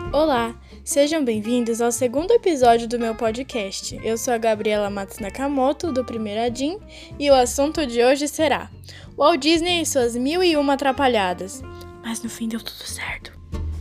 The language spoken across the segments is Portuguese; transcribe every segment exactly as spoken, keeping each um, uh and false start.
Olá, sejam bem-vindos ao segundo episódio do meu podcast. Eu sou a Gabriela Matos Nakamoto, do Primeira D I M, e o assunto de hoje será Walt Disney e suas mil e uma atrapalhadas. Mas no fim deu tudo certo.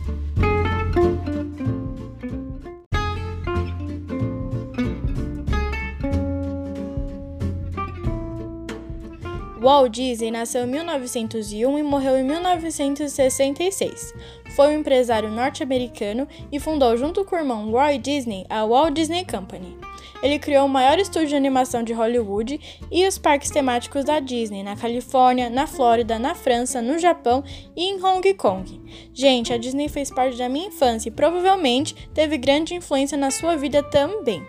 Walt Disney nasceu em mil novecentos e um e morreu em mil novecentos e sessenta e seis. Foi um empresário norte-americano e fundou junto com o irmão Roy Disney a Walt Disney Company. Ele criou o maior estúdio de animação de Hollywood e os parques temáticos da Disney na Califórnia, na Flórida, na França, no Japão e em Hong Kong. Gente, a Disney fez parte da minha infância e provavelmente teve grande influência na sua vida também.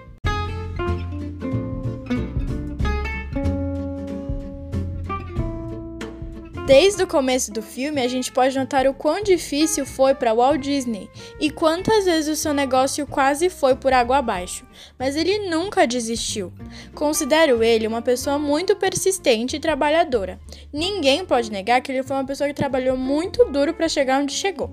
Desde o começo do filme, a gente pode notar o quão difícil foi para Walt Disney e quantas vezes o seu negócio quase foi por água abaixo, mas ele nunca desistiu. Considero ele uma pessoa muito persistente e trabalhadora. Ninguém pode negar que ele foi uma pessoa que trabalhou muito duro para chegar onde chegou.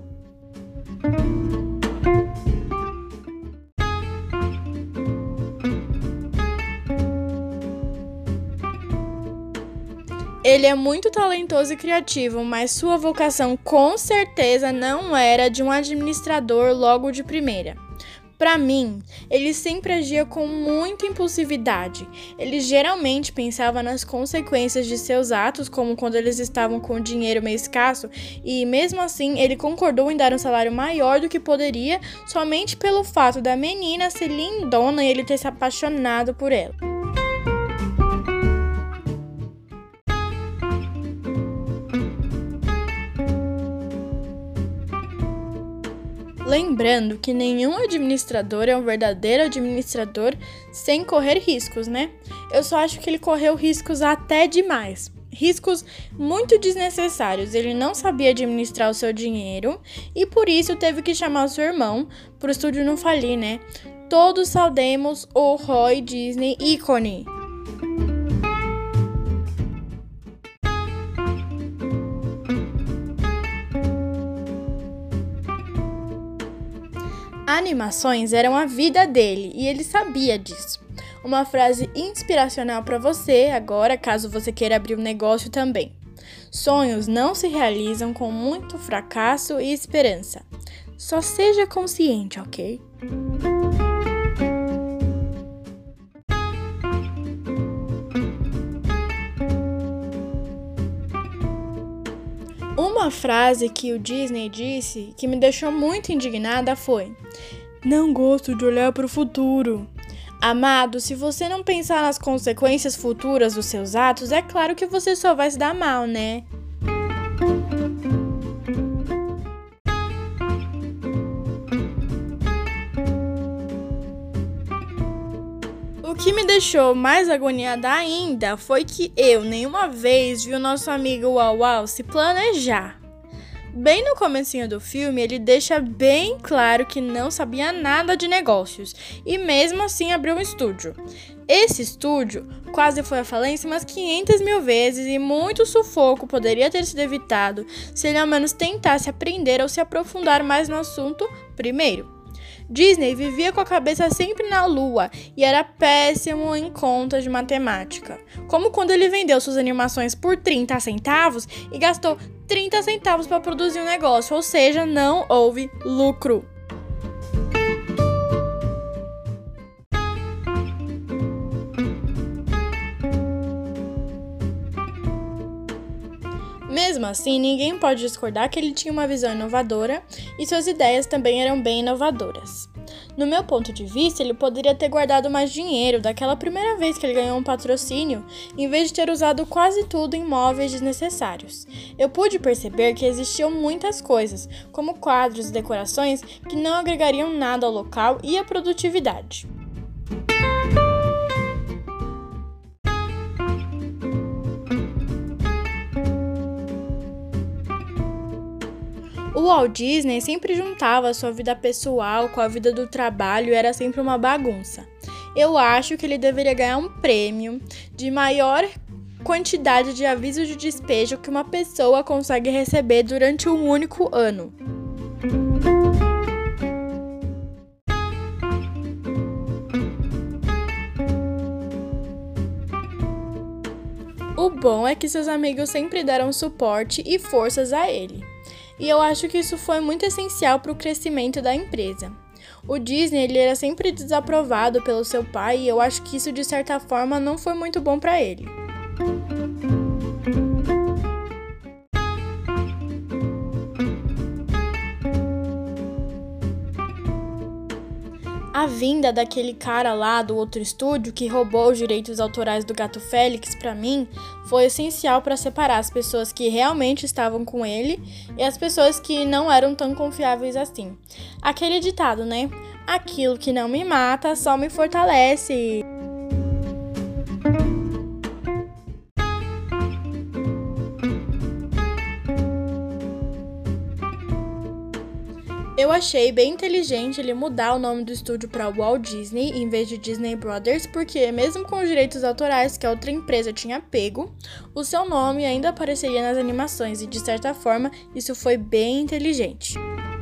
Ele é muito talentoso e criativo, mas sua vocação com certeza não era de um administrador logo de primeira. Para mim, ele sempre agia com muita impulsividade. Ele geralmente pensava nas consequências de seus atos, como quando eles estavam com dinheiro meio escasso, e mesmo assim ele concordou em dar um salário maior do que poderia, somente pelo fato da menina ser lindona e ele ter se apaixonado por ela. Lembrando que nenhum administrador é um verdadeiro administrador sem correr riscos, né? Eu só acho que ele correu riscos até demais. Riscos muito desnecessários. Ele não sabia administrar o seu dinheiro e por isso teve que chamar o seu irmão para o estúdio não falir, né? Todos saudemos o Roy Disney ícone. Animações eram a vida dele e ele sabia disso. Uma frase inspiracional para você agora, caso você queira abrir um negócio também. Sonhos não se realizam com muito fracasso e esperança. Só seja consciente, ok? Uma frase que o Disney disse que me deixou muito indignada foi: "Não gosto de olhar para o futuro." Amado, se você não pensar nas consequências futuras dos seus atos, é claro que você só vai se dar mal, né? O que me deixou mais agoniada ainda foi que eu nenhuma vez vi o nosso amigo Uau Uau se planejar. Bem no comecinho do filme, ele deixa bem claro que não sabia nada de negócios e mesmo assim abriu um estúdio. Esse estúdio quase foi à falência umas quinhentas mil vezes e muito sufoco poderia ter sido evitado se ele ao menos tentasse aprender ou se aprofundar mais no assunto primeiro. Disney vivia com a cabeça sempre na lua e era péssimo em contas de matemática. Como quando ele vendeu suas animações por trinta centavos e gastou trinta centavos para produzir um negócio, ou seja, não houve lucro. Mesmo assim, ninguém pode discordar que ele tinha uma visão inovadora e suas ideias também eram bem inovadoras. No meu ponto de vista, ele poderia ter guardado mais dinheiro daquela primeira vez que ele ganhou um patrocínio, em vez de ter usado quase tudo em móveis desnecessários. Eu pude perceber que existiam muitas coisas, como quadros e decorações, que não agregariam nada ao local e à produtividade. O Walt Disney sempre juntava a sua vida pessoal com a vida do trabalho e era sempre uma bagunça. Eu acho que ele deveria ganhar um prêmio de maior quantidade de avisos de despejo que uma pessoa consegue receber durante um único ano. bom é que seus amigos sempre deram suporte e forças a ele. E eu acho que isso foi muito essencial para o crescimento da empresa. O Disney ele era sempre desaprovado pelo seu pai e eu acho que isso de certa forma não foi muito bom para ele. A vinda daquele cara lá do outro estúdio que roubou os direitos autorais do Gato Félix, pra mim, foi essencial para separar as pessoas que realmente estavam com ele e as pessoas que não eram tão confiáveis assim. Aquele ditado, né? Aquilo que não me mata só me fortalece. Eu achei bem inteligente ele mudar o nome do estúdio para Walt Disney em vez de Disney Brothers, porque mesmo com os direitos autorais que a outra empresa tinha pego, o seu nome ainda apareceria nas animações e, de certa forma, isso foi bem inteligente.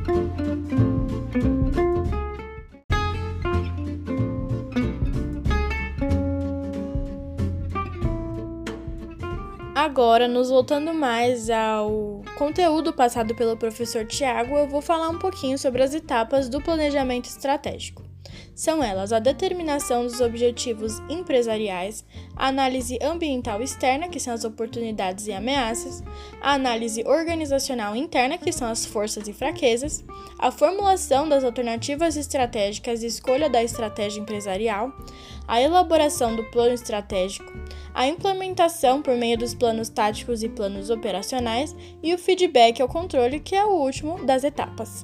Agora, nos voltando mais ao conteúdo passado pelo professor Tiago, eu vou falar um pouquinho sobre as etapas do planejamento estratégico. São elas a determinação dos objetivos empresariais, a análise ambiental externa, que são as oportunidades e ameaças, a análise organizacional interna, que são as forças e fraquezas, a formulação das alternativas estratégicas e escolha da estratégia empresarial, a elaboração do plano estratégico, a implementação por meio dos planos táticos e planos operacionais e o feedback ao controle, que é o último das etapas.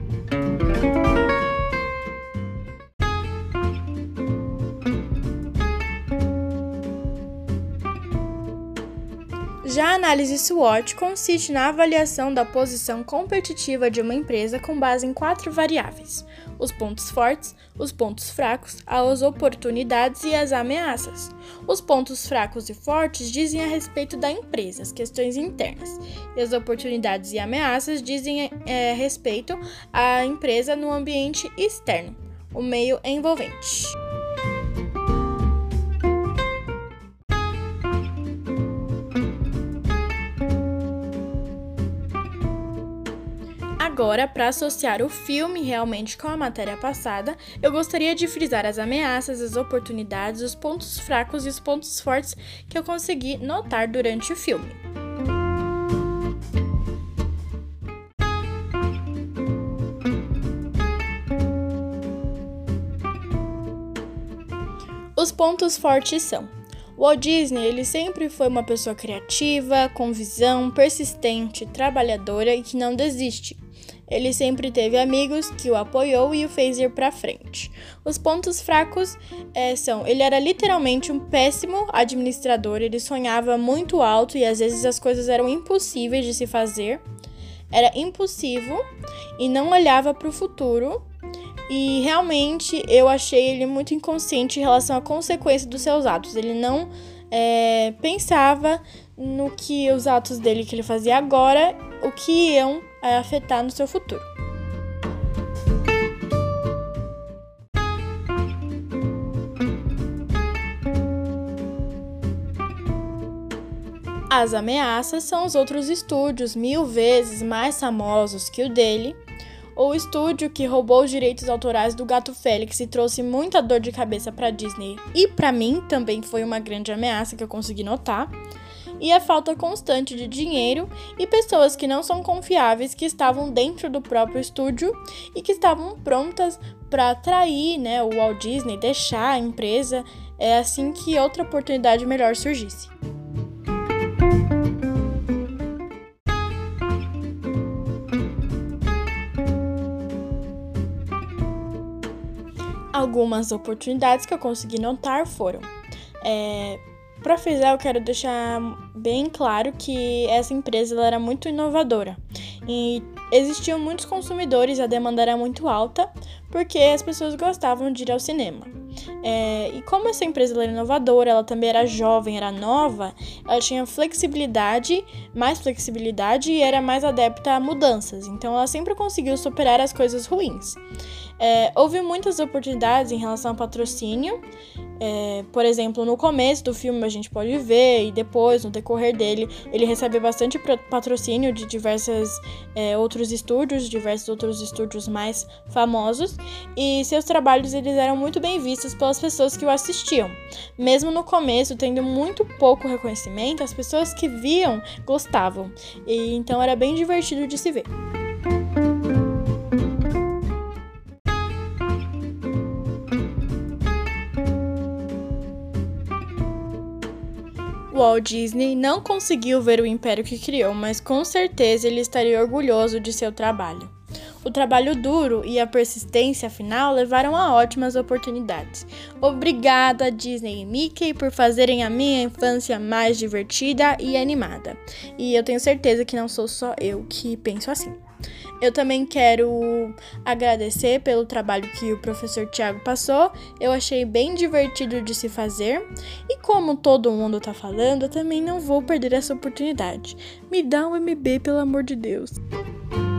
Já a análise SWOT consiste na avaliação da posição competitiva de uma empresa com base em quatro variáveis: os pontos fortes, os pontos fracos, as oportunidades e as ameaças. Os pontos fracos e fortes dizem a respeito da empresa, as questões internas, e as oportunidades e ameaças dizem é, respeito à empresa no ambiente externo, o meio envolvente. Agora, para associar o filme realmente com a matéria passada, eu gostaria de frisar as ameaças, as oportunidades, os pontos fracos e os pontos fortes que eu consegui notar durante o filme. Os pontos fortes são: o Walt Disney ele sempre foi uma pessoa criativa, com visão, persistente, trabalhadora e que não desiste. Ele sempre teve amigos que o apoiou e o fez ir para frente. Os pontos fracos é, são: ele era literalmente um péssimo administrador, ele sonhava muito alto e às vezes as coisas eram impossíveis de se fazer. Era impulsivo e não olhava para o futuro. E realmente eu achei ele muito inconsciente em relação à consequência dos seus atos. Ele não é, pensava no que os atos dele que ele fazia agora, o que iam é, afetar no seu futuro. As ameaças são os outros estúdios mil vezes mais famosos que o dele. O estúdio que roubou os direitos autorais do Gato Félix e trouxe muita dor de cabeça para Disney e para mim também foi uma grande ameaça que eu consegui notar. E a falta constante de dinheiro e pessoas que não são confiáveis que estavam dentro do próprio estúdio e que estavam prontas para atrair, né, o Walt Disney, deixar a empresa é assim que outra oportunidade melhor surgisse. Algumas oportunidades que eu consegui notar foram: é, para frisar, eu quero deixar bem claro que essa empresa ela era muito inovadora e existiam muitos consumidores, a demanda era muito alta porque as pessoas gostavam de ir ao cinema. É, e como essa empresa ela era inovadora, ela também era jovem, era nova, ela tinha flexibilidade, mais flexibilidade e era mais adepta a mudanças, então ela sempre conseguiu superar as coisas ruins. É, houve muitas oportunidades em relação ao patrocínio. É, por exemplo, no começo do filme a gente pode ver, e depois, no decorrer dele, ele recebe bastante patrocínio de diversos é, outros estúdios, diversos outros estúdios mais famosos, e seus trabalhos eles eram muito bem vistos pelas pessoas que o assistiam. Mesmo no começo, tendo muito pouco reconhecimento, as pessoas que viam gostavam, e então era bem divertido de se ver. Walt Disney não conseguiu ver o império que criou, mas com certeza ele estaria orgulhoso de seu trabalho. O trabalho duro e a persistência final levaram a ótimas oportunidades. Obrigada, Disney e Mickey, por fazerem a minha infância mais divertida e animada. E eu tenho certeza que não sou só eu que penso assim. Eu também quero agradecer pelo trabalho que o professor Tiago passou. Eu achei bem divertido de se fazer. E como todo mundo tá falando, eu também não vou perder essa oportunidade. Me dá um M B, pelo amor de Deus.